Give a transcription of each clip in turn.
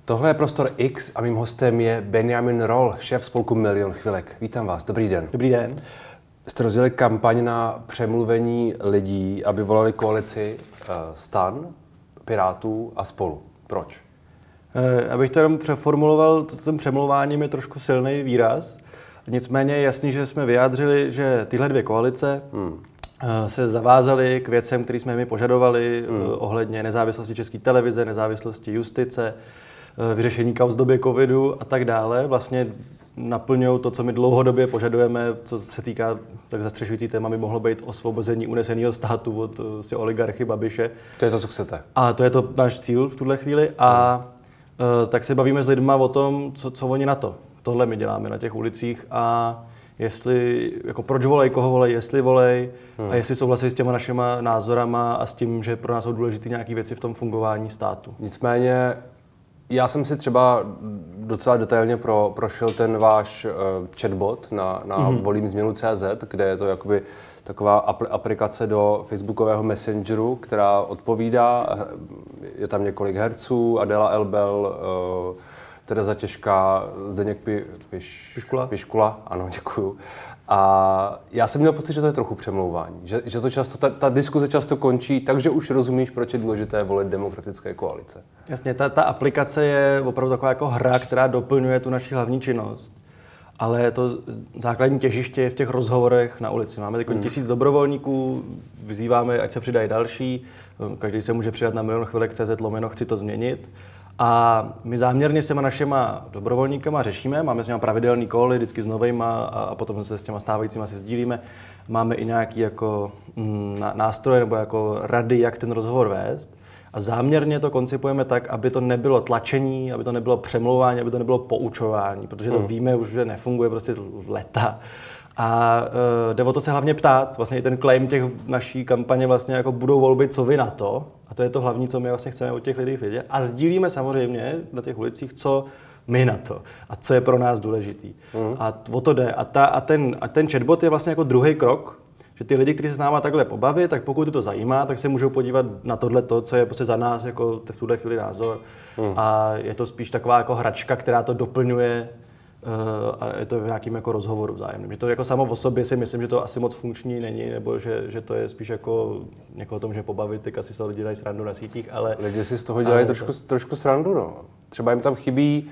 Tohle je Prostor X a mým hostem je Benjamin Roll, šéf spolku Milion chvilek. Vítám vás, dobrý den. Dobrý den. Jste rozjeli kampaň na přemluvení lidí, aby volali koalici STAN, Pirátů a Spolu. Proč? Abych to jenom přeformuloval, tím přemlouváním je trošku silný výraz. Nicméně je jasný, že jsme vyjádřili, že tyhle dvě koalice se zavázaly k věcem, které jsme my požadovali ohledně nezávislosti České televize, nezávislosti justice, vyřešení kauz v době covidu a tak dále. Vlastně naplňují to, co my dlouhodobě požadujeme, co se týká tak zastřešující téma, by mohlo být osvobození uneseného státu od oligarchy Babiše. To je to, co chcete. A to je to náš cíl v tuhle chvíli. A tak se bavíme s lidma o tom, co oni na to. Tohle my děláme na těch ulicích a jestli, jako proč volej, koho volej, jestli volej a jestli souhlasí s těma našima názorama a s tím, že pro nás jsou důležité nějaké věci v tom fungování státu. Nicméně já jsem si třeba docela detailně prošel ten váš chatbot na volimzměnu.cz, kde je to jakoby taková aplikace do facebookového messengeru, která odpovídá. Je tam několik herců, Adela Elbel, Tereza Těžká, Zdeněk Piškula, ano, děkuju. A já jsem měl pocit, že to je trochu přemlouvání, že to často, ta diskuze často končí, takže už rozumíš, proč je důležité volit demokratické koalice. Jasně, ta aplikace je opravdu taková jako hra, která doplňuje tu naši hlavní činnost. Ale to základní těžiště je v těch rozhovorech na ulici. Máme teď 1000 dobrovolníků, vyzýváme, ať se přidají další. Každý se může přidat na milionchvilek.cz/chci to změnit. A my záměrně s těma našima dobrovolníkama řešíme, máme s nimi pravidelný koly, vždycky s novejma a potom se s těma stávajícíma si sdílíme. Máme i nějaký jako nástroje nebo jako rady, jak ten rozhovor vést. A záměrně to koncipujeme tak, aby to nebylo tlačení, aby to nebylo přemlouvání, aby to nebylo poučování, protože to víme už, že nefunguje prostě leta. A jde o to se hlavně ptát, vlastně i ten claim těch naší kampaně vlastně jako budou volby, co vy na to. A to je to hlavní, co my vlastně chceme od těch lidí vědět. A sdílíme samozřejmě na těch ulicích, co my na to a co je pro nás důležitý. A o to jde. A ten chatbot je vlastně jako druhý krok, že ty lidi, kteří se s náma takhle pobaví, tak pokud to zajímá, tak se můžou podívat na tohleto, co je prostě za nás jako v tuhle chvíli názor. A je to spíš taková jako hračka, která to doplňuje a je to v nějakým jako rozhovoru vzájemným. Že to jako samo o sobě si myslím, že to asi moc funkční není, nebo že to je spíš jako někoho o tom, že pobavit, tak asi se lidi dělají srandu na sítích, ale... Lidi si z toho dělají trošku srandu, no. Třeba jim tam chybí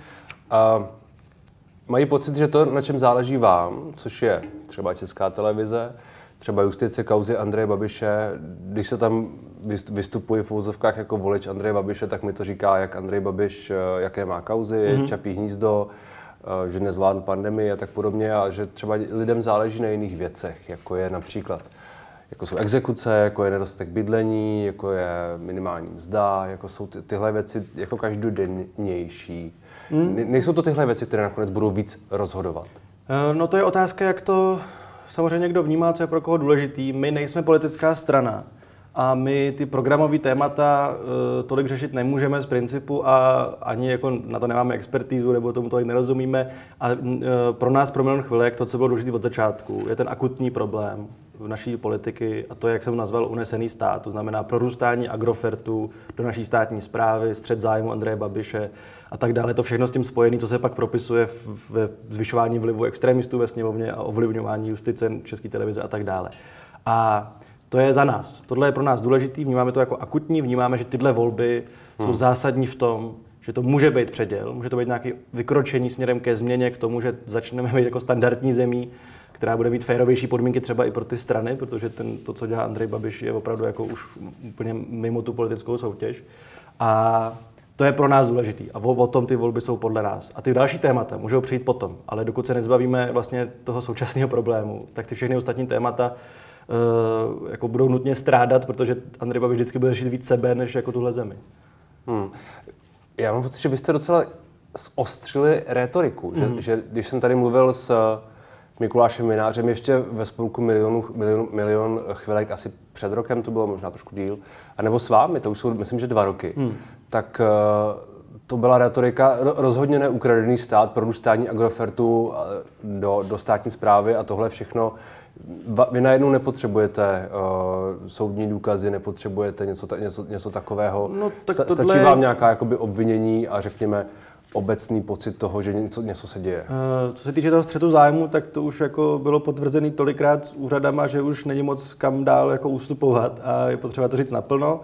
mají pocit, že to, na čem záleží vám, což je třeba Česká televize, třeba justice kauzy Andreje Babiše, když se tam vystupuje v uvozovkách jako volič Andreje Babiše, tak mi to říká, jak Andrej Babiš, jaké má kauzy, Čapí hnízdo, že nezvládl pandemii a tak podobně a že třeba lidem záleží na jiných věcech, jako je například, jako jsou exekuce, jako je nedostatek bydlení, jako je minimální mzda, jako jsou tyhle věci jako každodennější. Nejsou to tyhle věci, které nakonec budou víc rozhodovat? No to je otázka, jak to samozřejmě někdo vnímá, co je pro koho důležitý. My nejsme politická strana a my ty programové témata tolik řešit nemůžeme z principu a ani jako na to nemáme expertízu nebo tomu tolik nerozumíme. A pro nás, pro Milion chvilek, to, co bylo důležité od začátku, je ten akutní problém v naší politiky a to, jak jsem nazval unesený stát, to znamená prorůstání Agrofertu do naší státní správy, střet zájmu Andreje Babiše a tak dále. To všechno s tím spojené, co se pak propisuje ve zvyšování vlivu extremistů ve sněmovně a ovlivňování justice, České televize a tak dále. A to je za nás. Tohle je pro nás důležitý, vnímáme to jako akutní, vnímáme, že tyhle volby jsou zásadní v tom, že to může být předěl, může to být nějaké vykročení směrem ke změně, k tomu, že začneme být jako standardní zemí, která bude mít férovější podmínky třeba i pro ty strany, protože to, co dělá Andrej Babiš, je opravdu jako už úplně mimo tu politickou soutěž. A to je pro nás důležitý. A o tom ty volby jsou podle nás. A ty další témata můžou přijít potom, ale dokud se nezbavíme vlastně toho současného problému, tak ty všechny ostatní témata jako budou nutně strádat, protože Andrej Babiš vždycky bude řešit víc sebe, než jako tuhle zemi. Já mám pocit, že byste docela zostřili rétoriku, že když jsem tady mluvil s Mikulášem Mynářem ještě ve spolku Milion chvilek, asi před rokem, to bylo možná trošku díl, anebo s vámi, to už jsou, myslím, že 2 roky, tak to byla retorika, rozhodně ne ukradený stát, prorůstání Agrofertu do státní správy a tohle všechno. Vy najednou nepotřebujete soudní důkazy, nepotřebujete něco takového. No, tak Stačí vám nějaká jakoby obvinění a řekněme obecný pocit toho, že něco se děje. Co se týče toho střetu zájmu, tak to už jako bylo potvrzený tolikrát s úřadama, že už není moc kam dál jako ustupovat a je potřeba to říct naplno.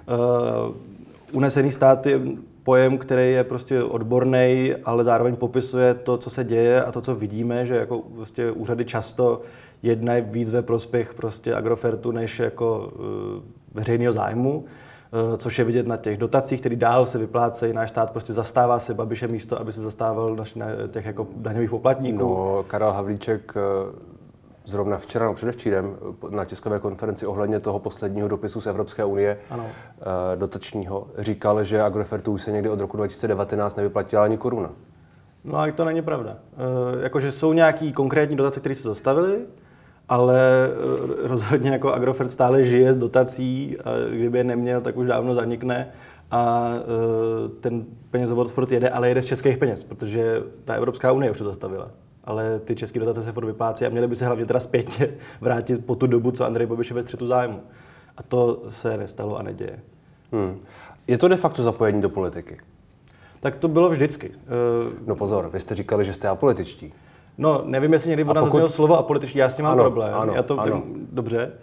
Unesený stát je pojem, který je prostě odborný, ale zároveň popisuje to, co se děje a to, co vidíme, že jako prostě úřady často jednají víc ve prospěch prostě Agrofertu než jako veřejného zájmu, což je vidět na těch dotacích, které dál se vyplácejí. Náš stát prostě zastává se Babiše místo, aby se zastával těch jako daňových poplatníků. No, Karel Havlíček zrovna včera, no předevčírem, na tiskové konferenci ohledně toho posledního dopisu z Evropské unie dotačního, říkal, že Agrofertu už se někdy od roku 2019 nevyplatila ani koruna. No a to není pravda. Jakože jsou nějaký konkrétní dotace, které se zastavily, ale rozhodně jako Agrofert stále žije z dotací a kdyby je neměl, tak už dávno zanikne a ten penězovod furt jede, ale jede z českých peněz, protože ta Evropská unie už to zastavila. Ale ty české dotace se furt vyplácí a měly by se hlavně teda zpětně vrátit po tu dobu, co Andrej Babiš je ve střetu zájmu. A to se nestalo a neděje. Je to de facto zapojení do politiky? Tak to bylo vždycky. No pozor, vy jste říkali, že jste apolitičtí. No, nevím, jestli někdy bude zaznělo slovo apolitičtí, já s tím mám problém. Ano. Dobře.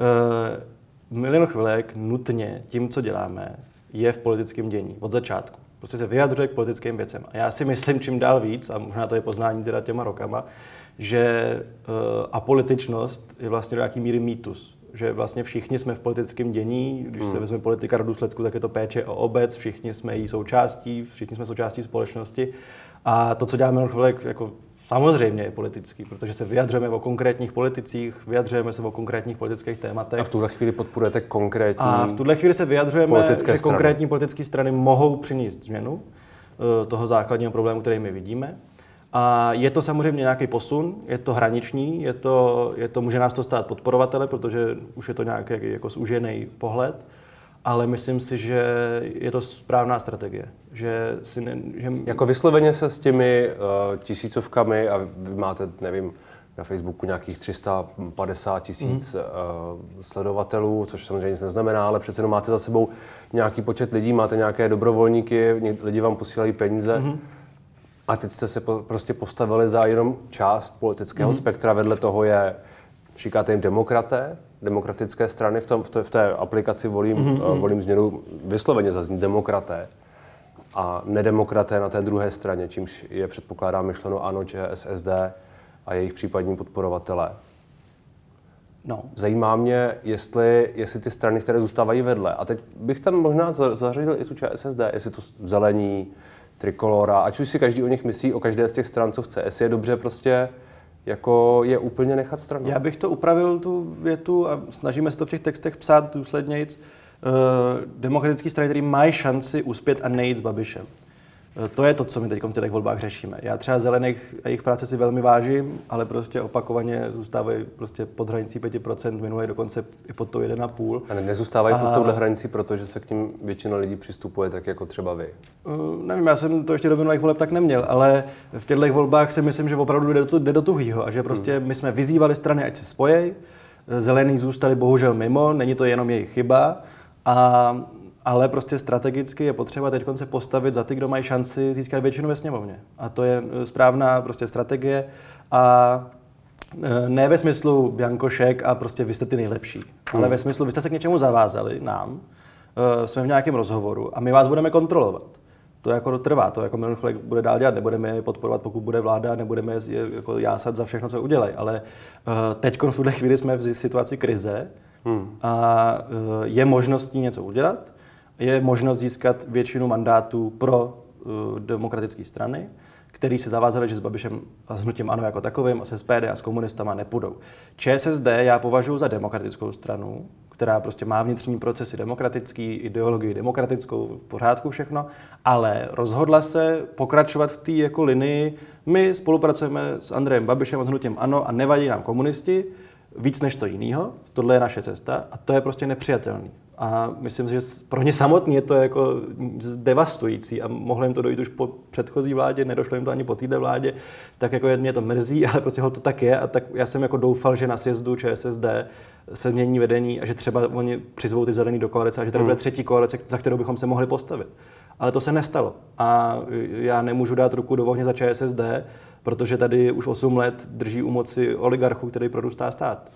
Milion Chvilek nutně tím, co děláme, je v politickém dění od začátku. Prostě se vyjadřuje k politickým věcem. A já si myslím čím dál víc, a možná to je poznání teda těma rokama, že apolitičnost je vlastně do nějaký míry mýtus. Že vlastně všichni jsme v politickém dění, když se vezme politika do důsledku, tak je to péče o obec, všichni jsme její součástí, všichni jsme součástí společnosti. A to, co děláme Milion Chvilek, jako samozřejmě je politický, protože se vyjadřujeme o konkrétních politicích, vyjadřujeme se o konkrétních politických tématech. A v tuhle chvíli podporujete konkrétní A v tuhle chvíli se vyjadřujeme, že strany. konkrétní politické strany mohou přinést změnu toho základního problému, který my vidíme. A je to samozřejmě nějaký posun, je to hraniční, může nás to stát podporovatele, protože už je to nějaký jako zúžený pohled. Ale myslím si, že je to správná strategie. Jako vysloveně se s těmi tisícovkami, a vy máte, nevím, na Facebooku nějakých 350 000 sledovatelů, což samozřejmě nic neznamená, ale přece jenom máte za sebou nějaký počet lidí, máte nějaké dobrovolníky, lidi vám posílají peníze. A teď jste se prostě postavili za jenom část politického spektra. Vedle toho říkáte jim demokratické strany, v té aplikaci volím změnu, vysloveně zazní demokraté a nedemokraté na té druhé straně, čímž je předpokládám myšleno ANO, ČSSD a jejich případní podporovatelé. No. Zajímá mě, jestli ty strany, které zůstávají vedle, a teď bych tam možná zařadil i tu ČSSD, jestli to Zelení, Trikolora, ať už si každý o nich myslí, o každé z těch stran, co chce, jestli je dobře prostě jako je úplně nechat stranou. Já bych to upravil tu větu a snažíme se to v těch textech psát důslednějc. Demokratické strany, které mají šanci uspět a nejít s Babišem. To je to, co my teď v těch volbách řešíme. Já třeba Zelených a jejich práce si velmi vážím, ale prostě opakovaně zůstávají prostě pod hranicí 5%, minulé dokonce i pod tou 1,5%. A nezůstávají pod touhle hranicí, protože se k ním většina lidí přistupuje tak jako třeba vy? Nevím, já jsem to ještě do minulých voleb tak neměl, ale v těchto volbách si myslím, že opravdu jde do tuhýho a že prostě my jsme vyzývali strany, ať se spojí. Zelení zůstali bohužel mimo, není to jenom jejich chyba. Ale prostě strategicky je potřeba teď se postavit za ty, kdo mají šanci získat většinu ve sněmovně. A to je správná prostě strategie. A ne ve smyslu biankošek a prostě vy jste ty nejlepší. Ale ve smyslu, vy jste se k něčemu zavázali nám, jsme v nějakém rozhovoru a my vás budeme kontrolovat. To jako trvá, to jako Milion Chvilek bude dál dělat, nebudeme je podporovat, pokud bude vláda, nebudeme je jako jásat za všechno, co udělají. Ale teď v tuhle chvíli jsme v situaci krize a je možnost s tím něco udělat. Je možnost získat většinu mandátů pro demokratické strany, který se zavázali, že s Babišem a s hnutím ANO jako takovým, a s SPD a s komunistama nepůjdou. ČSSD já považuji za demokratickou stranu, která prostě má vnitřní procesy demokratický, ideologii demokratickou, v pořádku všechno, ale rozhodla se pokračovat v té jako linii. My spolupracujeme s Andrejem Babišem a s hnutím ANO a nevadí nám komunisti, víc než co jiného. Tohle je naše cesta a to je prostě nepřijatelný. A myslím si, že pro ně samotný je to jako devastující a mohlo jim to dojít už po předchozí vládě, nedošlo jim to ani po této vládě, tak jako mě to mrzí, ale prostě to tak je a tak já jsem jako doufal, že na sjezdu ČSSD se změní vedení a že třeba oni přizvou ty zelený do koalice a že tady bude třetí koalice, za kterou bychom se mohli postavit. Ale to se nestalo a já nemůžu dát ruku do ohně za ČSSD, protože tady už 8 let drží u moci oligarchu, který produstá stát.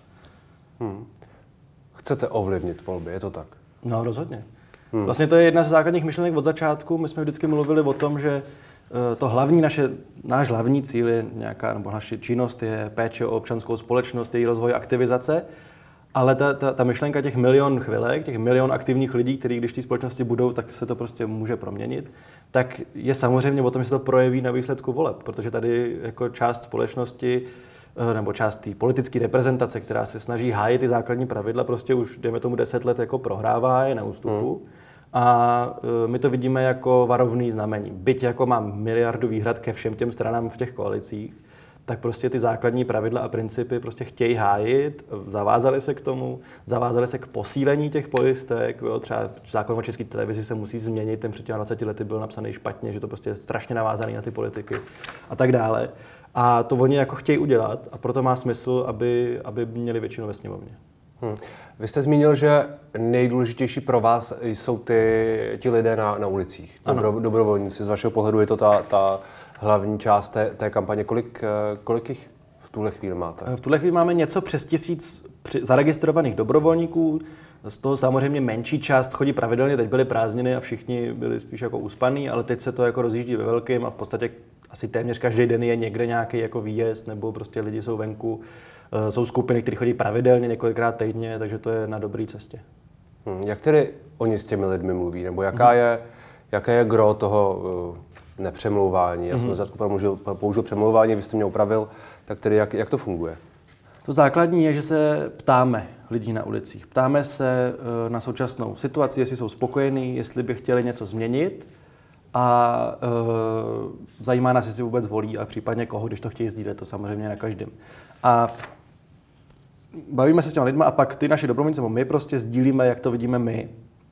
Chcete ovlivnit volby, je to tak? No, rozhodně. Vlastně to je jedna z základních myšlenek od začátku. My jsme vždycky mluvili o tom, že to hlavní náš hlavní cíl je nějaká, nebo naše činnost je péče o občanskou společnost, její rozvoj, aktivizace, ale ta myšlenka těch milion chvilek, těch milion aktivních lidí, kteří když v té společnosti budou, tak se to prostě může proměnit, tak je samozřejmě o tom, že se to projeví na výsledku voleb, protože tady jako část společnosti nebo část té politické reprezentace, která se snaží hájit ty základní pravidla, prostě už, dejme tomu 10 let, jako prohrává, je na ústupu. A my to vidíme jako varovný znamení. Byť jako mám miliardu výhrad ke všem těm stranám v těch koalicích, tak prostě ty základní pravidla a principy prostě chtějí hájit, zavázali se k tomu, zavázali se k posílení těch pojistek, jo, třeba zákon o České televizi se musí změnit, ten před těmi 20 lety byl napsaný špatně, že to prostě je strašně navázaný na ty politiky a tak dále. A to oni jako chtějí udělat a proto má smysl, aby měli většinu ve sněmovně. Vy jste zmínil, že nejdůležitější pro vás jsou ti lidé na ulicích, dobrovolníci. Z vašeho pohledu je to ta hlavní část té kampaně. Kolik jich v tuhle chvíli máte? V tuhle chvíli máme něco přes 1000 zaregistrovaných dobrovolníků. Z toho samozřejmě menší část chodí pravidelně, teď byly prázdniny a všichni byli spíš jako uspaný, ale teď se to jako rozjíždí ve velkém a v podstatě asi téměř každý den je někde nějaký jako výjezd nebo prostě lidi jsou venku. Jsou skupiny, které chodí pravidelně několikrát týdně, takže to je na dobré cestě. Jak tedy oni s těmi lidmi mluví? Nebo jaké je gro toho nepřemlouvání? Já jsem na použil přemlouvání, vy jste mě opravil, tak tedy jak to funguje? To základní je, že se ptáme lidí na ulicích. Ptáme se na současnou situaci, jestli jsou spokojení, jestli by chtěli něco změnit a zajímá nás, jestli vůbec volí a případně koho, když to chtějí sdílet, to samozřejmě na každém. A bavíme se s těmi lidmi a pak ty naši dobrovolníci, my prostě sdílíme, jak to vidíme my.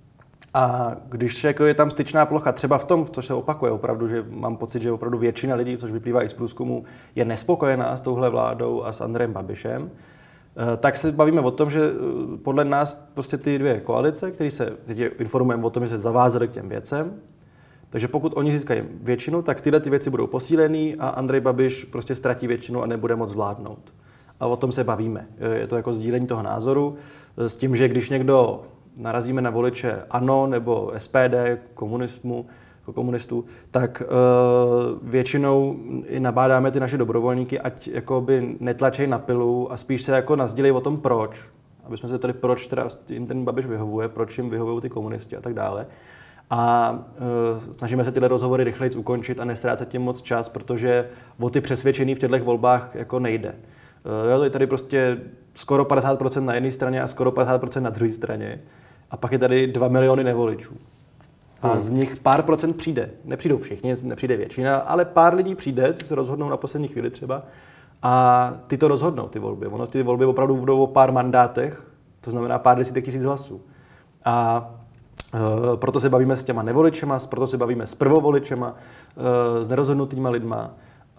A když jako je tam styčná plocha, třeba v tom, což se opakuje opravdu, že mám pocit, že opravdu většina lidí, což vyplývá i z průzkumu, je nespokojená s touhle vládou a s Andrejem Babišem, tak se bavíme o tom, že podle nás prostě ty dvě koalice, které se teď informujeme o tom, že se zavázaly k těm věcem, takže pokud oni získají většinu, tak tyhle ty věci budou posílený a Andrej Babiš prostě ztratí většinu a nebude moc vládnout. A o tom se bavíme. Je to jako sdílení toho názoru s tím, že když někdo narazíme na voliče ANO nebo SPD, komunistů, tak většinou i nabádáme ty naše dobrovolníky, ať jakoby netlačejí na pilu a spíš se jako nasdílejí o tom proč. Aby jsme se tady proč teda jim ten Babiš vyhovuje, proč jim vyhovují ty komunisti a tak dále. A snažíme se tyhle rozhovory rychleji ukončit a nestrácet tím moc čas, protože o ty přesvědčený v těchto volbách jako nejde. Je tady prostě skoro 50% na jedné straně a skoro 50% na druhé straně. A pak je tady 2 miliony nevoličů. A z nich pár procent přijde. Nepřijdou všichni, nepřijde většina, ale pár lidí přijde, co se rozhodnou na poslední chvíli třeba. A ty to rozhodnou, ty volby. Ono ty volby opravdu budou o pár mandátech, to znamená pár desítek tisíc hlasů. A proto se bavíme s těma nevoličema, proto se bavíme s prvovoličema, s nerozhodnutýma lidma,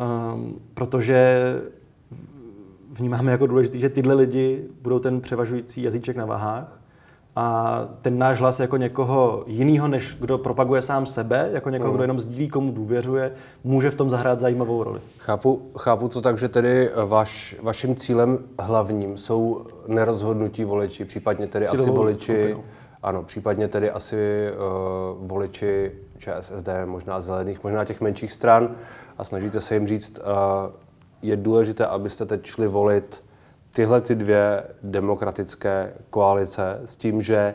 protože vnímáme jako důležitý, že tyhle lidi budou ten převažující jazyček na vahách a ten náš hlas jako někoho jiného, než kdo propaguje sám sebe, jako někoho, kdo jenom sdílí, komu důvěřuje, může v tom zahrát zajímavou roli. Chápu to tak, že tedy vaším cílem hlavním jsou nerozhodnutí voliči, případně tedy asi voliči, ano, případně tedy asi voliči ČSSD, možná zelených, možná těch menších stran a snažíte se jim říct, je důležité, abyste teď šli volit tyhle ty dvě demokratické koalice s tím, že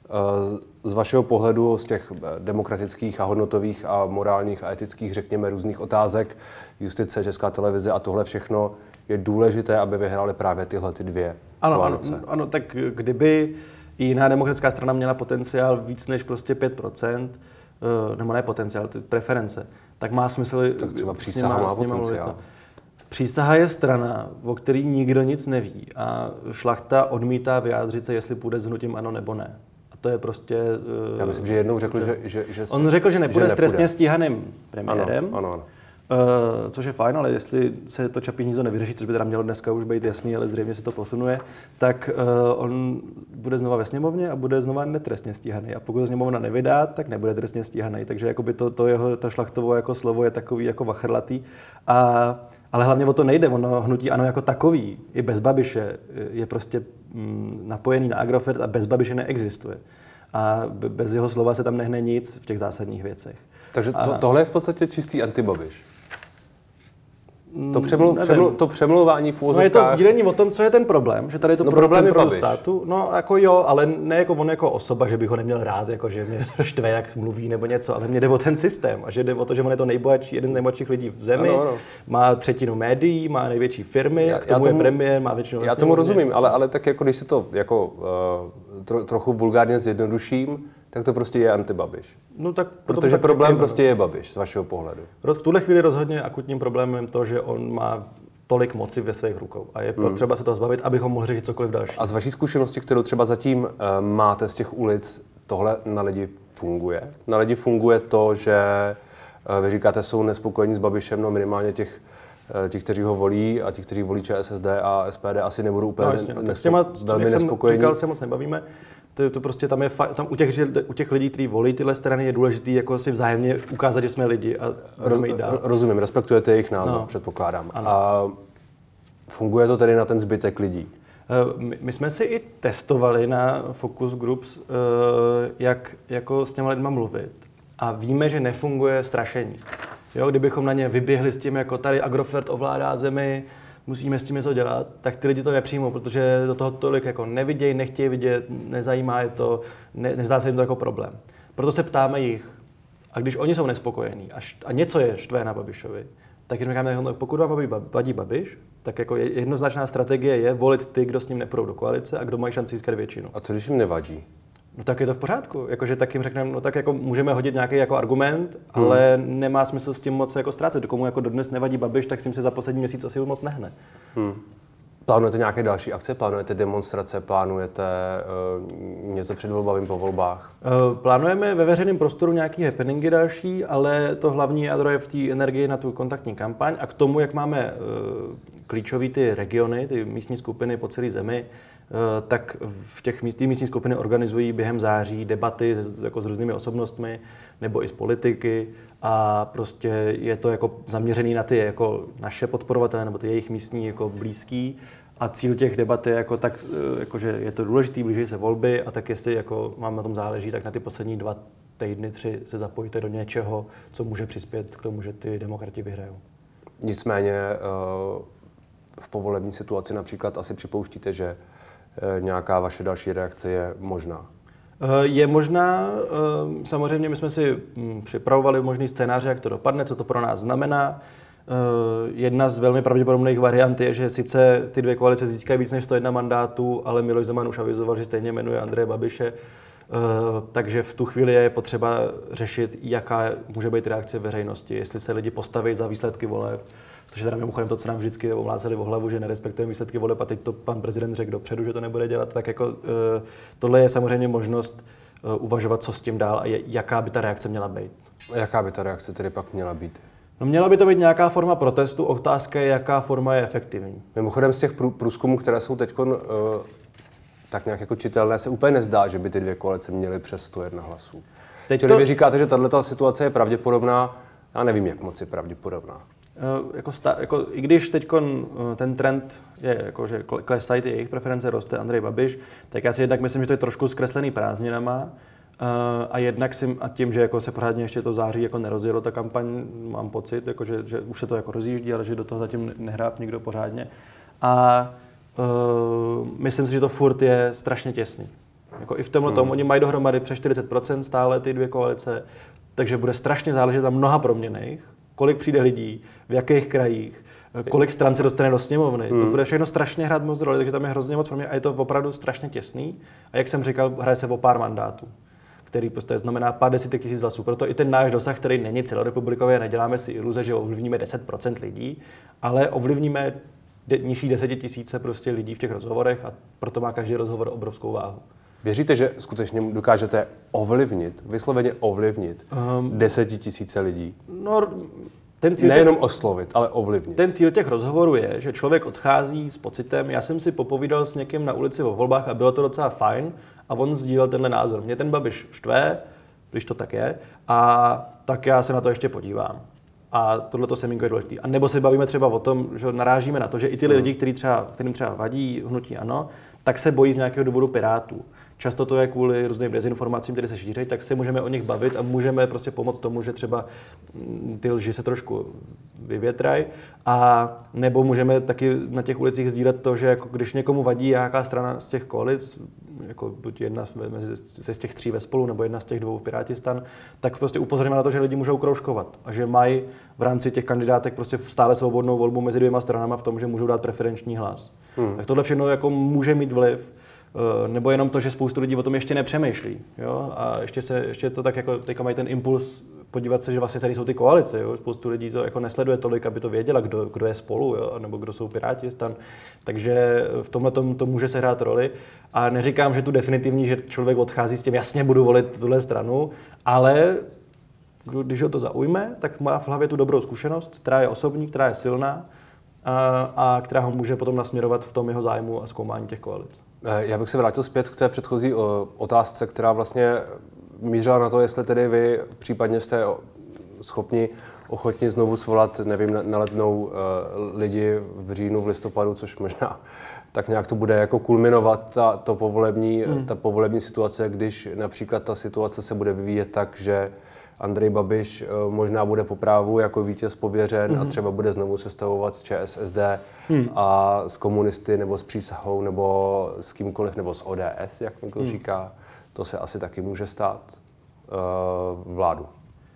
z vašeho pohledu, z těch demokratických a hodnotových a morálních a etických, řekněme, různých otázek, justice, Česká televize a tohle všechno, je důležité, aby vyhrály právě tyhle ty dvě koalice. Ano, tak kdyby i jiná demokratická strana měla potenciál víc než prostě 5%, nebo ne potenciál, ty preference, tak má smysl... Tak třeba Přísaha má potenciál. Přísaha je strana, o který nikdo nic neví a Šlachta odmítá vyjádřit se, jestli půjde s hnutím ANO nebo ne. A To je prostě... Já myslím, že jednou řekl, že on řekl, že nepůjde s trestně stíhaným premiérem. Ano. Což je fajn, ale jestli se to Čapí hnízdo nevyřeší, což by teda mělo dneska už být jasný, ale zřejmě se to posunuje, tak on bude znova ve sněmovně a bude znova netrestně stíhaný. A pokud ho sněmovna nevydá, tak nebude trestně stíhaný. Takže jakoby to Šlachtovo jako slovo je takový jako vachrlatý. Ale hlavně o to nejde. Ono hnutí ANO jako takový, i bez Babiše, je prostě napojený na Agrofert a bez Babiše neexistuje. A bez jeho slova se tam nehne nic v těch zásadních věcech. Takže tohle je v podstatě čistý antibabiš. To přemlouvání v úvozovkách... No je to sdílení o tom, co je ten problém, že tady je to problém pro státu. No jako jo, ale ne jako on jako osoba, že bych ho neměl rád, jako že mě štve, jak mluví nebo něco, ale mě jde o ten systém a že jde o to, že on je to nejbohatší, jeden z nejbohatších lidí v zemi, ano. Má třetinu médií, má největší firmy, k tomu je premiér, má většinou... Já tomu rozumím, ale tak jako když si to jako trochu vulgárně zjednoduším, tak to prostě je antibabiš. No tak protože problém prostě je Babiš z vašeho pohledu. V tuhle chvíli rozhodně akutním problémem je to, že on má tolik moci ve svých rukou a je potřeba se toho zbavit, abychom mohli řešit cokoliv další. A z vaší zkušenosti, kterou třeba zatím máte z těch ulic, tohle na lidi funguje? Na lidi funguje to, že vy říkáte, jsou nespokojení s Babišem, no minimálně těch, kteří ho volí a ti, kteří volí ČSSD a SPD, asi nebudou úplně velmi nespokojení. Říkal, se moc nebavíme. To prostě tam u těch lidí, kteří volí tyhle strany, je důležité jako si vzájemně ukázat, že jsme lidi a budeme jít dál. Rozumím, respektujete jejich názor, předpokládám. Ano. A funguje to tedy na ten zbytek lidí? My jsme si i testovali na focus groups, jak jako s těma lidma mluvit. A víme, že nefunguje strašení. Jo, kdybychom na ně vyběhli s tím, jako tady Agrofert ovládá zemi, musíme s tím něco dělat, tak ty lidi to nepřijmou, protože do toho tolik jako nevidějí, nechtějí vidět, nezajímá je to, nezdá se jim to jako problém. Proto se ptáme jich. A když oni jsou nespokojení a něco je štve na Babišovi, tak jim říkáme, pokud vám vadí Babiš, tak jako jednoznačná strategie je volit ty, kdo s ním nepůjdou do koalice a kdo mají šanci získat většinu. A co když jim nevadí? No tak je to v pořádku. Jakože tak jim řekneme, no tak jako můžeme hodit nějaký jako argument, ale nemá smysl s tím moc jako ztrácet. Komu jako dodnes nevadí Babiš, tak s tím se za poslední měsíc asi moc nehne. Plánujete nějaké další akce? Plánujete demonstrace? Plánujete něco před volbami, po volbách? Plánujeme ve veřejném prostoru nějaké happeningy další, ale to hlavní jádro je v té energii na tu kontaktní kampaň a k tomu, jak máme klíčové ty regiony, ty místní skupiny po celé zemi, tak v těch místní skupiny organizují během září debaty jako s různými osobnostmi nebo i s politiky a prostě je to jako zaměřený na ty jako naše podporovatele nebo ty jejich místní jako blízký a cíl těch debat je jako tak, jakože je to důležitý, blíží se volby a tak jestli jako vám na tom záleží, tak na ty poslední 2 týdny, 3 se zapojíte do něčeho, co může přispět k tomu, že ty demokrati vyhrajou. Nicméně v povolební situaci například asi připouštíte, že nějaká vaše další reakce je možná? Je možná. Samozřejmě my jsme si připravovali možný scénáře, jak to dopadne, co to pro nás znamená. Jedna z velmi pravděpodobných variant je, že sice ty dvě koalice získají víc než 101 mandátů, ale Miloš Zeman už avizoval, že stejně jmenuje Andreje Babiše. Takže v tu chvíli je potřeba řešit, jaká může být reakce veřejnosti, jestli se lidi postaví za výsledky voleb. Což je teda mimochodem to, co nám vždycky omláceli o hlavu, že nerespektujeme výsledky voleb a teď to pan prezident řekl dopředu, že to nebude dělat, tak jako tohle je samozřejmě možnost uvažovat, co s tím dál a jaká by ta reakce měla být. A jaká by ta reakce tedy pak měla být? No měla by to být nějaká forma protestu, otázka je, jaká forma je efektivní. Mimochodem z těch průzkumů, které jsou teď tak nějak jako čitelné, se úplně nezdá, že by ty dvě koalice měly přes 101 hlasů. Čili vy říkáte, že tato situace je pravděpodobná, já nevím, jak moc je pravděpodobná. I když teď ten trend je, jako, že klesají ty jejich preference, roste Andrej Babiš, tak já si jednak myslím, že to je trošku zkreslený prázdninama a jednak a tím, že jako se pořádně ještě to září jako nerozjelo ta kampaň, mám pocit, jako, že už se to jako rozjíždí, ale že do toho zatím nehrá nikdo pořádně. A myslím si, že to furt je strašně těsný. Jako i v tomhle tomu, oni mají dohromady přes 40% stále ty dvě koalice, takže bude strašně záležet na mnoha proměnných, kolik přijde lidí, v jakých krajích, kolik stran se dostane do sněmovny. To bude všechno strašně hrát moc roli, takže tam je hrozně moc proměn a je to opravdu strašně těsný. A jak jsem říkal, hraje se o pár mandátů, který prostě znamená pár desítek tisíc hlasů. Proto i ten náš dosah, který není celorepublikový, neděláme si iluze, že ovlivníme 10% lidí, ale ovlivníme nižší 10 000 prostě lidí v těch rozhovorech a proto má každý rozhovor obrovskou váhu. Věříte, že skutečně dokážete vysloveně ovlivnit 10 000 lidí? No, ten cíl nejenom oslovit, ale ovlivnit. Ten cíl těch rozhovorů je, že člověk odchází s pocitem, já jsem si popovídal s někým na ulici o volbách a bylo to docela fajn a on sdílel tenhle názor. Mě ten Babiš štve, když to tak je, a tak já se na to ještě podívám. A tohle semínko je důležité. A nebo se bavíme třeba o tom, že narážíme na to, že i ty lidi, kterým třeba vadí hnutí ANO, tak se bojí z nějakého důvodu Pirátů. Často to je kvůli různým dezinformacím, které se šíří, tak se můžeme o nich bavit a můžeme prostě pomoct tomu, že třeba ty lži se trošku vyvětrají. A nebo můžeme taky na těch ulicích sdílet to, že jako když někomu vadí nějaká strana z těch koalic, jako buď jedna z těch 3 ve Spolu nebo jedna z těch 2 Pirátistan, tak prostě upozorňujeme na to, že lidi můžou kroužkovat a že mají v rámci těch kandidátek prostě stále svobodnou volbu mezi 2 stranama v tom, že můžou dát preferenční hlas. Tak tohle všechno jako může mít vliv. Nebo jenom to, že spoustu lidí o tom ještě nepřemýšlí. Jo? A ještě to tak jako teďka mají ten impuls podívat se, že vlastně tady jsou ty koalice. Jo? Spoustu lidí to jako nesleduje tolik, aby to věděla, kdo je Spolu, jo? Nebo kdo jsou Piráti. Takže v tomhle to může sehrát roli. A neříkám, že tu definitivní, že člověk odchází s tím, jasně budu volit tuhle stranu, ale když ho to zaujme, tak má v hlavě tu dobrou zkušenost, která je osobní, která je silná a která ho může potom nasměrovat v tom jeho zájmu a zkoumání těch koalic. Já bych se vrátil zpět k té předchozí otázce, která vlastně mířila na to, jestli tedy vy případně jste ochotni znovu svolat, nevím, na Letnou lidi v říjnu, v listopadu, což možná tak nějak to bude jako kulminovat ta povolební situace, když například ta situace se bude vyvíjet tak, že Andrej Babiš možná bude po právu jako vítěz pověřen a třeba bude znovu sestavovat s ČSSD a s komunisty nebo s Přísahou nebo s kýmkoliv, nebo s ODS, jak někdo říká. To se asi taky může stát vládu.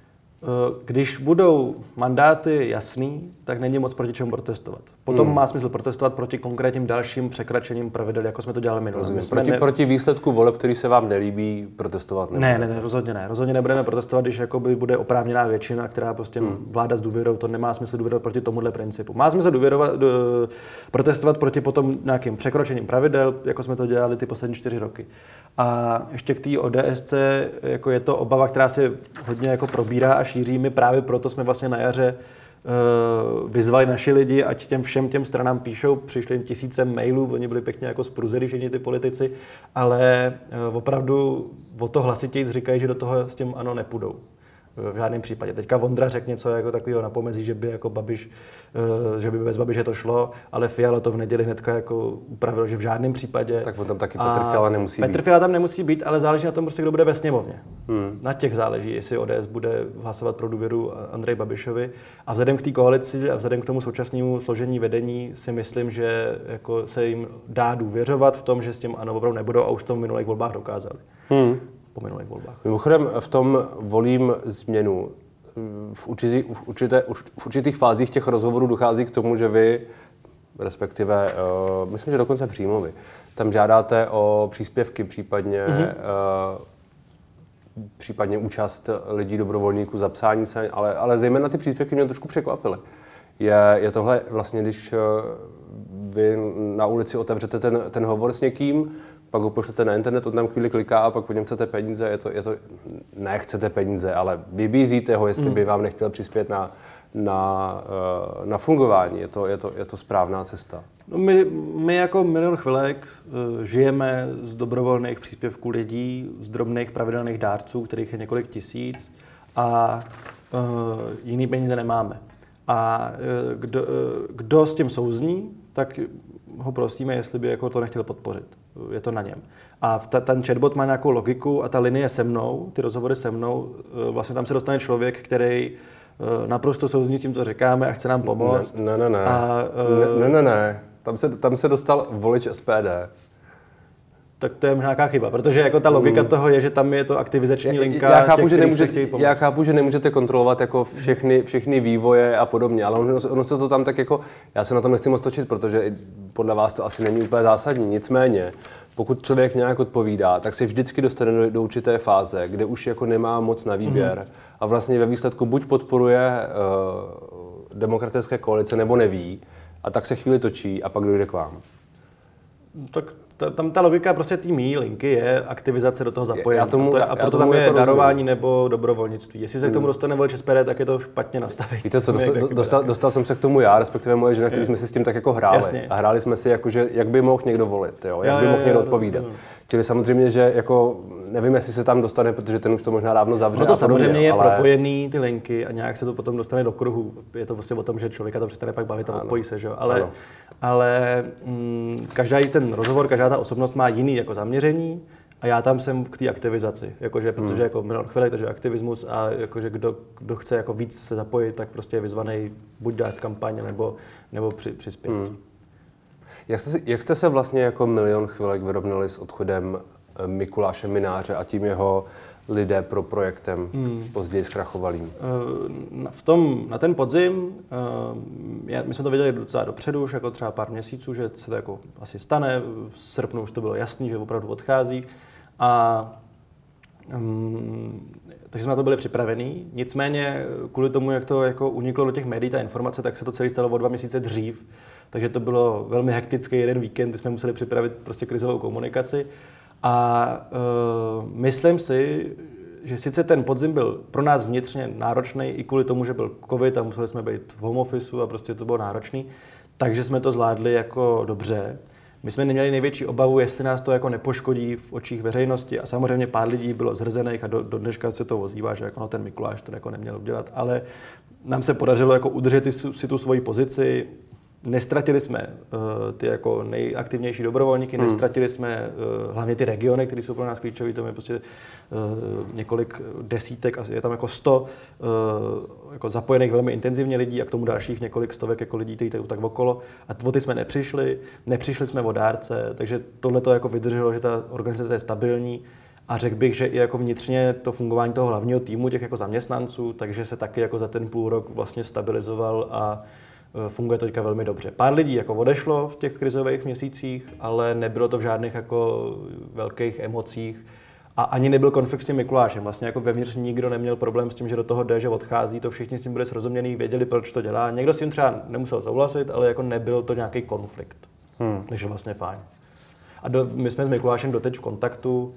Když budou mandáty jasný, tak není moc proti čemu protestovat. Potom má smysl protestovat proti konkrétním dalším překračením pravidel, jako jsme to dělali minulý. Proti výsledku voleb, který se vám nelíbí, protestovat nebudete? Ne, rozhodně ne. Rozhodně nebudeme protestovat, když jakoby bude oprávněná většina, která prostě vláda s důvěrou, to nemá smysl důvěrovat proti tomuhle principu. Má smysl protestovat proti potom nějakým překročením pravidel, jako jsme to dělali ty poslední 4 roky. A ještě k té ODSC, jako je to obava, která se hodně jako probírá a šíří. My právě proto jsme vlastně na jaře vyzvali naši lidi, ať všem těm stranám píšou, přišli jim 1000 mailů, oni byli pěkně jako spruzeli všichni ty politici, ale opravdu o to hlasitějc říkají, že do toho s tím ANO nepůjdou. V žádném případě. Teďka Vondra řekl něco jako takového na pomezí, že by jako Babiš, že by bez Babiše to šlo, ale Fiala to v neděli hnedka jako upravil, že v žádném případě. Tak on tam taky Petr Fiala nemusí být. Petr Fiala tam nemusí být, ale záleží na tom, prostě, kdo bude ve sněmovně. Na těch záleží, jestli ODS bude hlasovat pro důvěru Andreji Babišovi. A vzhledem k té koalici a vzhledem k tomu současnému složení vedení si myslím, že jako se jim dá důvěřovat v tom, že s tím ANO opravdu nebudou a už to v minulých volbách dokázali. Po minulých volbách. Mimochodem v tom volím změnu. V určitých fázích těch rozhovorů dochází k tomu, že vy, respektive, myslím, že dokonce přímo vy, tam žádáte o příspěvky, případně účast lidí, dobrovolníků, zapsání se, ale zejména ty příspěvky mě trošku překvapily. Je tohle vlastně, když vy na ulici otevřete ten hovor s někým, pak ho pošlete na internet, on tam chvíli kliká a pak po něm chcete peníze, nechcete peníze, ale vybízíte ho, jestli by vám nechtěl přispět na fungování. Je to správná cesta. No my jako Milion chvilek žijeme z dobrovolných příspěvků lidí, z drobných pravidelných dárců, kterých je několik tisíc a jiný peníze nemáme. A kdo s tím souzní, tak ho prosíme, jestli by jako to nechtěl podpořit. Je to na něm. A ten chatbot má nějakou logiku a ta linie se mnou, ty rozhovory se mnou, vlastně tam se dostane člověk, který naprosto souzní tím, co říkáme a chce nám pomoct. Ne. Tam se dostal volič SPD. Tak to je nějaká chyba, protože jako ta logika toho je, že tam je to aktivizační linka. Já chápu, že nemůžete kontrolovat jako všechny vývoje a podobně, ale ono se to tam tak jako, já se na tom nechci moc točit, protože podle vás to asi není úplně zásadní. Nicméně, pokud člověk nějak odpovídá, tak se vždycky dostane do určité fáze, kde už jako nemá moc na výběr a vlastně ve výsledku buď podporuje demokratické koalice, nebo neví, a tak se chvíli točí a pak dojde k vám. Tak tam ta logika prostě té mý linky je aktivizace do toho zapojení. A proto tam je jako darování nebo dobrovolnictví. Jestli se k tomu dostane volič SPD, tak je to špatně nastavení. Víte co, dostal jsem se k tomu já, respektive moje žena, který jsme si s tím tak jako hráli. Jasně. A hráli jsme si jako, že jak by mohl někdo volit, jo? Jak by mohl někdo odpovídat. Čili samozřejmě, že jako nevím, jestli se tam dostane, protože ten už to možná dávno zavře. No to samozřejmě je propojený ty linky a nějak se to potom dostane do kruhu. Je to vlastně o tom, že člověka to přestane pak bavit a odpojí se, že? Ale každý ten rozhovor, každá ta osobnost má jiný jako zaměření a já tam jsem k té aktivizaci, jakože, protože jako Milan Chvilek, takže aktivismus a jakože kdo chce jako víc se zapojit, tak prostě je vyzvaný buď dát kampaň nebo přispět. Jak jste se vlastně jako Milion Chvilek vyrovnali s odchodem Mikuláše Mynáře a tím jeho lidé pro projektem později zkrachovalým? Na ten podzim, my jsme to věděli docela dopředu, už jako třeba pár měsíců, že se to jako asi stane, v srpnu už to bylo jasný, že opravdu odchází takže jsme na to byli připravení. Nicméně kvůli tomu, jak to jako uniklo do těch médií, ta informace, tak se to celé stalo o 2 měsíce dřív, takže to bylo velmi hektický jeden víkend, kdy jsme museli připravit prostě krizovou komunikaci. A myslím si, že sice ten podzim byl pro nás vnitřně náročný i kvůli tomu, že byl covid a museli jsme být v home officeu a prostě to bylo náročný, takže jsme to zvládli jako dobře. My jsme neměli největší obavu, jestli nás to jako nepoškodí v očích veřejnosti a samozřejmě pár lidí bylo zhrzených a do dneška se to ozývá, že jako ten Mikuláš to jako neměl udělat, ale nám se podařilo jako udržet si tu svoji pozici. Nestratili jsme ty jako nejaktivnější dobrovolníky, nestratili jsme hlavně ty regiony, které jsou pro nás klíčové, tam je prostě několik desítek, je tam jako 100 jako zapojených velmi intenzivně lidí a k tomu dalších několik stovek jako lidí, kteří tak okolo. A o ty jsme nepřišli jsme o dárce, takže tohle to jako vydrželo, že ta organizace je stabilní. A řekl bych, že i jako vnitřně to fungování toho hlavního týmu, těch jako zaměstnanců, takže se taky jako za ten půl rok vlastně stabilizoval a funguje to teďka velmi dobře. Pár lidí jako odešlo v těch krizových měsících, ale nebylo to v žádných jako velkých emocích a ani nebyl konflikt s tím Mikulášem. Vlastně jako vevnitř nikdo neměl problém s tím, že do toho jde, že odchází, to všichni s tím byli srozumění, věděli, proč to dělá. Někdo s tím třeba nemusel souhlasit, ale jako nebyl to nějaký konflikt. Takže vlastně fajn. A my jsme s Mikulášem doteď v kontaktu.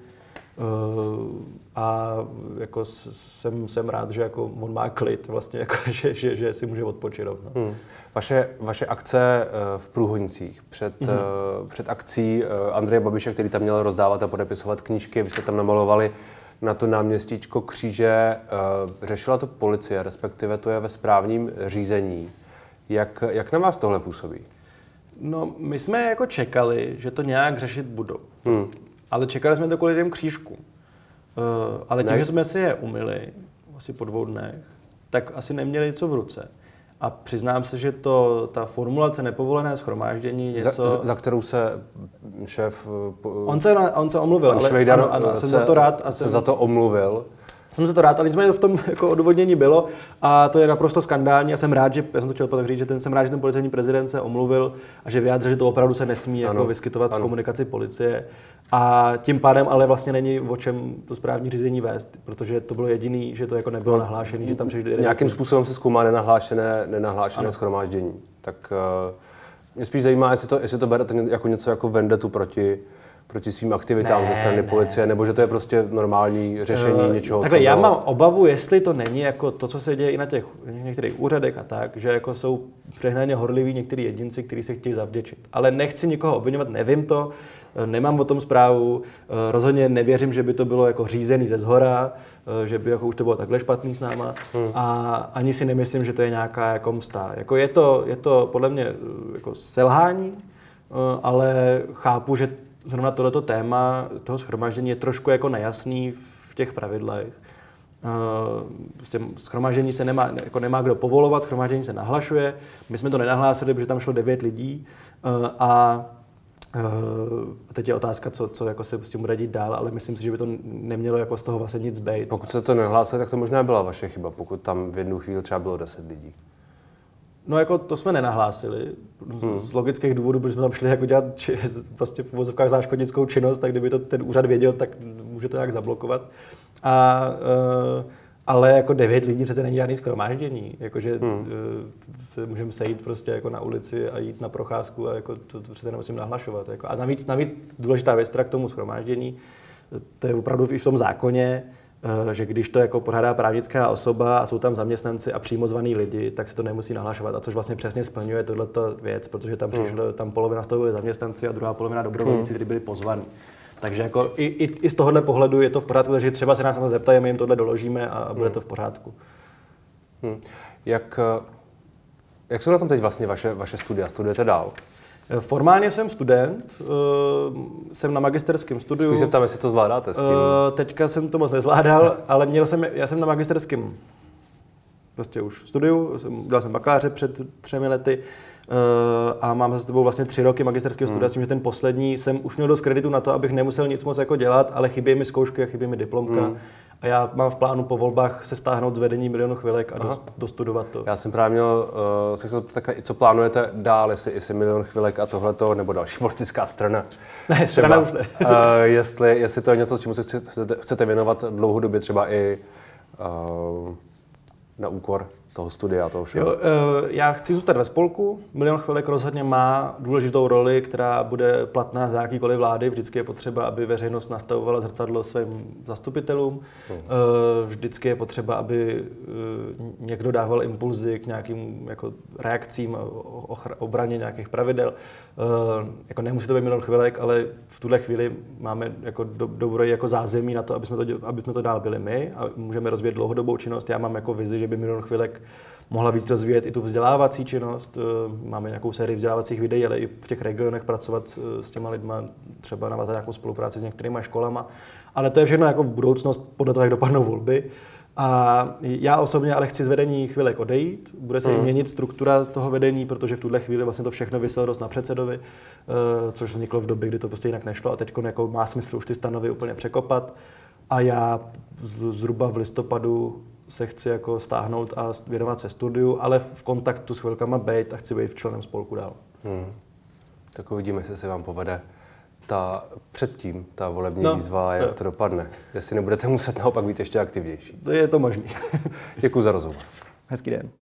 A jako jsem rád, že jako on má klid, vlastně jako, že si může odpočinout. No. Vaše akce v Průhonicích před akcí Andreje Babiše, který tam měl rozdávat a podepisovat knížky, vy jste tam namalovali na to náměstíčko kříže, řešila to policie, respektive to je ve správním řízení. Jak na vás tohle působí? No, my jsme jako čekali, že to nějak řešit budou. Ale čekali jsme to kvůli těm křížkům. Ale tím, že jsme si je umyli, asi po 2 dnech, tak asi neměli co v ruce. A přiznám se, že ta formulace nepovolené shromáždění něco... Za kterou se šéf... On se omluvil, ale Švejdar ano, jsem za to rád. Se za to omluvil. Jsem za to rád, ale nicméně v tom jako odůvodnění bylo a to je naprosto skandální a jsem rád, že, já jsem to chtěl potom říct, že jsem rád, že ten policejní prezident se omluvil a že vyjádřil, že to opravdu se nesmí jako vyskytovat v komunikaci policie a tím pádem ale vlastně není o čem to správní řízení vést, protože to bylo jediný, že to jako nebylo nahlášené, že tam přišli... Nějakým způsobem se zkoumá nenahlášené shromáždění. Tak mě spíš zajímá, jestli to berete jako něco jako vendetu proti svým aktivitám ze strany policie, nebo že to je prostě normální řešení něčeho. Takhle, já mám obavu, jestli to není jako to, co se děje i na těch některých úřadech a tak, že jako jsou přehnaně horliví některý jedinci, kteří se chtějí zavděčit. Ale nechci nikoho obviňovat, nevím to, nemám o tom zprávu, rozhodně nevěřím, že by to bylo jako řízený ze zhora, že by jako už to bylo takhle špatný s náma a ani si nemyslím, že to je nějaká jako msta. Jako je to podle mě jako selhání, ale chápu, že zrovna tohleto téma toho shromáždění je trošku jako nejasný v těch pravidlech. Prostě shromáždění se nemá kdo povolovat, shromáždění se nahlašuje. My jsme to nenahlásili, protože tam šlo 9 lidí a teď je otázka, co jako se s tím bude dít dál, ale myslím si, že by to nemělo jako z toho vlastně nic bejt. Pokud se to nehlásili, tak to možná byla vaše chyba, pokud tam v jednu chvíli třeba bylo 10 lidí. No jako to jsme nenahlásili, z logických důvodů, protože jsme tam šli jako dělat vlastně v uvozovkách záškodnickou činnost, tak kdyby to ten úřad věděl, tak může to nějak zablokovat. Ale jako 9 lidí přece není žádný shromáždění. Jakože se můžeme sejít prostě jako na ulici a jít na procházku a jako to přece nemusím nahlašovat. Jako. A navíc důležitá věc k tomu shromáždění, to je opravdu i v tom zákoně, že když to jako pořádá právnická osoba a jsou tam zaměstnanci a přímo zvaný lidi, tak se to nemusí nahlašovat. A což vlastně přesně splňuje tohleto věc, protože tam polovina z toho byli zaměstnanci a druhá polovina dobrovolníci, kteří byli pozvaní. Takže jako i z tohohle pohledu je to v pořádku, takže třeba se nás na to zeptají, my jim tohle doložíme a bude to v pořádku. Jak jsou na tom teď vlastně vaše studia? Studujete dál? Formálně jsem student, jsem na magisterském studiu. Spíš se ptám, jestli to zvládáte s tím. Teďka jsem to moc nezvládal, ale já jsem na magisterském prostě už studiu, dělal jsem bakaláře před 3 lety a mám za sebou vlastně 3 roky magisterského studia, s tím, že ten poslední jsem už měl dost kreditu na to, abych nemusel nic moc jako dělat, ale chybí mi zkoušky a chybí mi diplomka. A já mám v plánu po volbách se stáhnout z vedení Milionu chvilek a dostudovat to. Já jsem právě měl, co plánujete dál, jestli Milion chvilek a tohleto, nebo další politická strana. Ne, strana už ne. Jestli to je něco, čemu se chcete věnovat dlouhodobě, třeba i na úkor toho studia a toho všeho. Já chci zůstat ve spolku. Milion chvilek rozhodně má důležitou roli, která bude platná za jakýkoliv vlády. Vždycky je potřeba, aby veřejnost nastavovala zrcadlo svým zastupitelům. Vždycky je potřeba, aby někdo dával impulzy k nějakým jako reakcím a obraně nějakých pravidel. Jako nemusí to být Milion chvilek, ale v tuhle chvíli máme jako dobré jako zázemí na to, aby jsme to dál byli my a můžeme rozvíjet dlouhodobou činnost. Já mám jako vizi, že by Milion chvilek mohla víc rozvíjet i tu vzdělávací činnost. Máme nějakou sérii vzdělávacích videí, ale i v těch regionech pracovat s těma lidma, třeba navázat nějakou spolupráci s některýma školama. Ale to je všechno jako v budoucnost podle toho, jak dopadnou volby. A já osobně ale chci z vedení chvilek odejít. Bude se měnit struktura toho vedení, protože v tuhle chvíli vlastně to všechno viselo dost na předsedovi, což vzniklo v době, kdy to prostě jinak nešlo a teď jako má smysl už ty stanovy úplně překopat. A já zhruba v listopadu se chci jako stáhnout a věnovat se studiu, ale v kontaktu s chvilkama být a chci být členem spolku dál. Tak uvidíme, jestli se vám povede předtím ta volební výzva, jak to dopadne. Jestli nebudete muset naopak být ještě aktivnější. To je to možný. Děkuji za rozhovor. Hezký den.